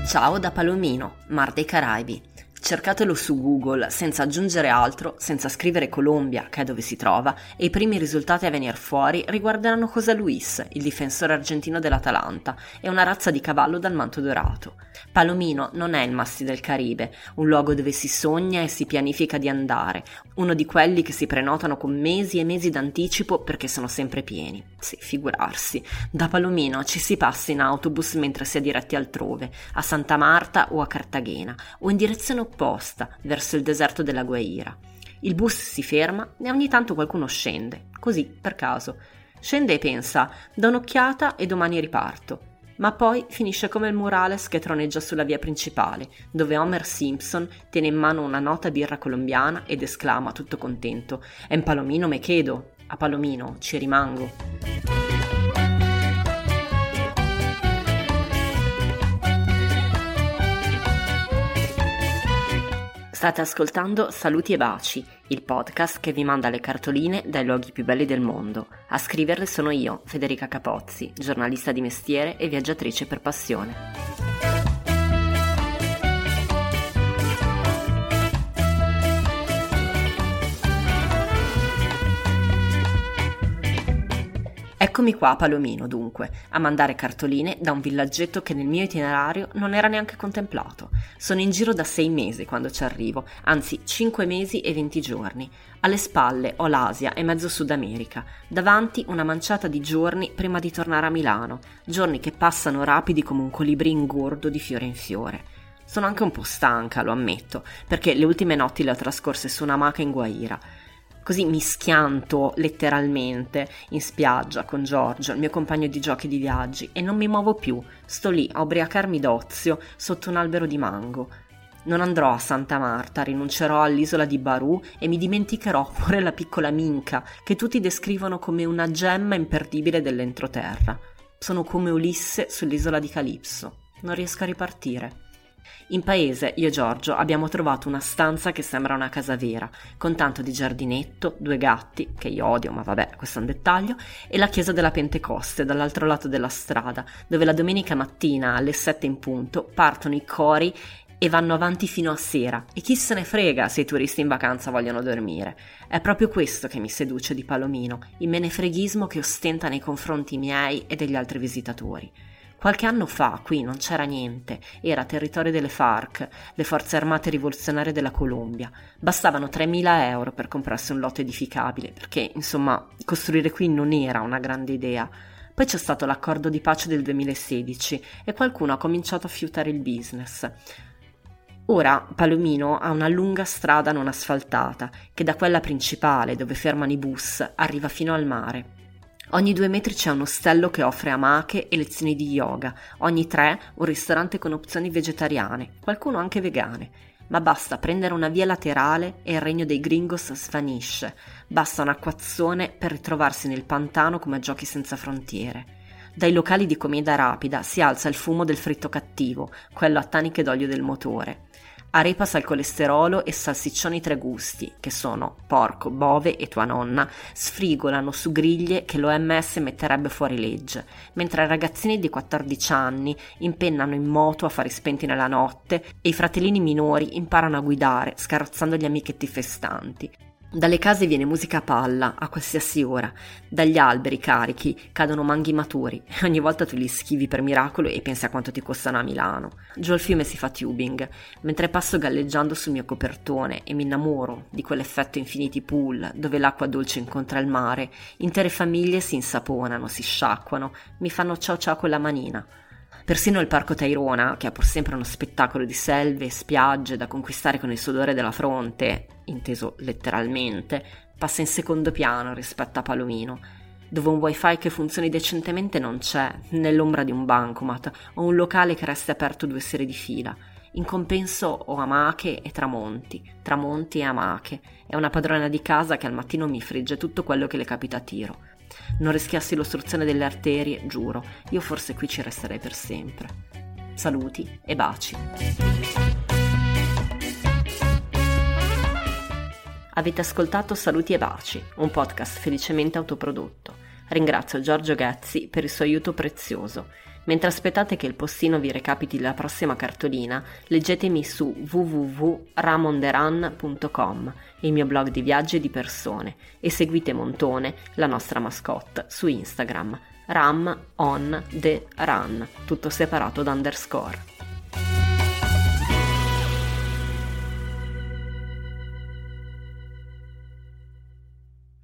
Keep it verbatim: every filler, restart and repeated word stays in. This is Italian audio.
Ciao da Palomino, Mar dei Caraibi. Cercatelo su Google senza aggiungere altro, senza scrivere Colombia, che è dove si trova, e i primi risultati a venire fuori riguarderanno José Luis, il difensore argentino dell'Atalanta, e una razza di cavallo dal manto dorato. Palomino non è il Massi del Caribe, un luogo dove si sogna e si pianifica di andare, uno di quelli che si prenotano con mesi e mesi d'anticipo perché sono sempre pieni. Sì, figurarsi. Da Palomino ci si passa in autobus mentre si è diretti altrove, a Santa Marta o a Cartagena, o in direzione opposta, verso il deserto della Guaira. Il bus si ferma e ogni tanto qualcuno scende, così per caso. Scende e pensa, do un'occhiata e domani riparto. Ma poi finisce come il murales che troneggia sulla via principale, dove Homer Simpson tiene in mano una nota birra colombiana ed esclama tutto contento: «En Palomino me quedo, a Palomino ci rimango». State ascoltando Saluti e Baci, il podcast che vi manda le cartoline dai luoghi più belli del mondo. A scriverle sono io, Federica Capozzi, giornalista di mestiere e viaggiatrice per passione. Eccomi qua a Palomino, dunque, a mandare cartoline da un villaggetto che nel mio itinerario non era neanche contemplato. Sono in giro da sei mesi quando ci arrivo, anzi cinque mesi e venti giorni. Alle spalle ho l'Asia e mezzo Sud America, davanti una manciata di giorni prima di tornare a Milano, giorni che passano rapidi come un colibrì ingordo di fiore in fiore. Sono anche un po' stanca, lo ammetto, perché le ultime notti le ho trascorse su un'amaca in Guaira. Così mi schianto letteralmente in spiaggia con Giorgio, il mio compagno di giochi di viaggi, e non mi muovo più, sto lì a ubriacarmi d'ozio sotto un albero di mango. Non andrò a Santa Marta, rinuncerò all'isola di Barú e mi dimenticherò pure la piccola Minca, che tutti descrivono come una gemma imperdibile dell'entroterra. Sono come Ulisse sull'isola di Calipso, non riesco a ripartire. In paese, io e Giorgio abbiamo trovato una stanza che sembra una casa vera, con tanto di giardinetto, due gatti, che io odio, ma vabbè, questo è un dettaglio, e la chiesa della Pentecoste dall'altro lato della strada, dove la domenica mattina alle sette in punto partono i cori e vanno avanti fino a sera, e chi se ne frega se i turisti in vacanza vogliono dormire. È proprio questo che mi seduce di Palomino, il menefreghismo che ostenta nei confronti miei e degli altri visitatori. Qualche anno fa qui non c'era niente, era territorio delle FARC, le forze armate rivoluzionarie della Colombia. Bastavano tremila euro per comprarsi un lotto edificabile, perché insomma costruire qui non era una grande idea. Poi c'è stato l'accordo di pace del duemilasedici e qualcuno ha cominciato a fiutare il business. Ora Palomino ha una lunga strada non asfaltata, che da quella principale, dove fermano i bus, arriva fino al mare. Ogni due metri c'è un ostello che offre amache e lezioni di yoga, ogni tre un ristorante con opzioni vegetariane, qualcuno anche vegane. Ma basta prendere una via laterale e il regno dei gringos svanisce, basta un acquazzone per ritrovarsi nel pantano come a Giochi senza frontiere. Dai locali di comida rapida si alza il fumo del fritto cattivo, quello a taniche d'olio del motore. Arepas al colesterolo e salsiccioni tre gusti, che sono porco, bove e tua nonna, sfrigolano su griglie che l'O M S metterebbe fuori legge, mentre i ragazzini di quattordici anni impennano in moto a fari spenti nella notte e i fratellini minori imparano a guidare, scarrozzando gli amichetti festanti. Dalle case viene musica a palla, a qualsiasi ora. Dagli alberi carichi cadono manghi maturi e ogni volta tu li schivi per miracolo e pensi a quanto ti costano a Milano. Giù al fiume si fa tubing, mentre passo galleggiando sul mio copertone e mi innamoro di quell'effetto infinity pool dove l'acqua dolce incontra il mare. Intere famiglie si insaponano, si sciacquano, mi fanno ciao ciao con la manina. Persino il Parco Tayrona, che è pur sempre uno spettacolo di selve e spiagge da conquistare con il sudore della fronte, inteso letteralmente, passa in secondo piano rispetto a Palomino, dove un wifi che funzioni decentemente non c'è, nell'ombra di un bancomat o un locale che resti aperto due sere di fila. In compenso ho amache e tramonti, tramonti e amache, e una padrona di casa che al mattino mi frigge tutto quello che le capita a tiro. Non rischiassi l'ostruzione delle arterie, giuro, io forse qui ci resterei per sempre. Saluti e baci. Avete ascoltato Saluti e Baci, un podcast felicemente autoprodotto. Ringrazio Giorgio Ghezzi per il suo aiuto prezioso. Mentre aspettate che il postino vi recapiti la prossima cartolina, leggetemi su w w w punto ramonderan punto com, il mio blog di viaggi e di persone, e seguite Montone, la nostra mascotte, su Instagram, ram on the run, tutto separato da underscore.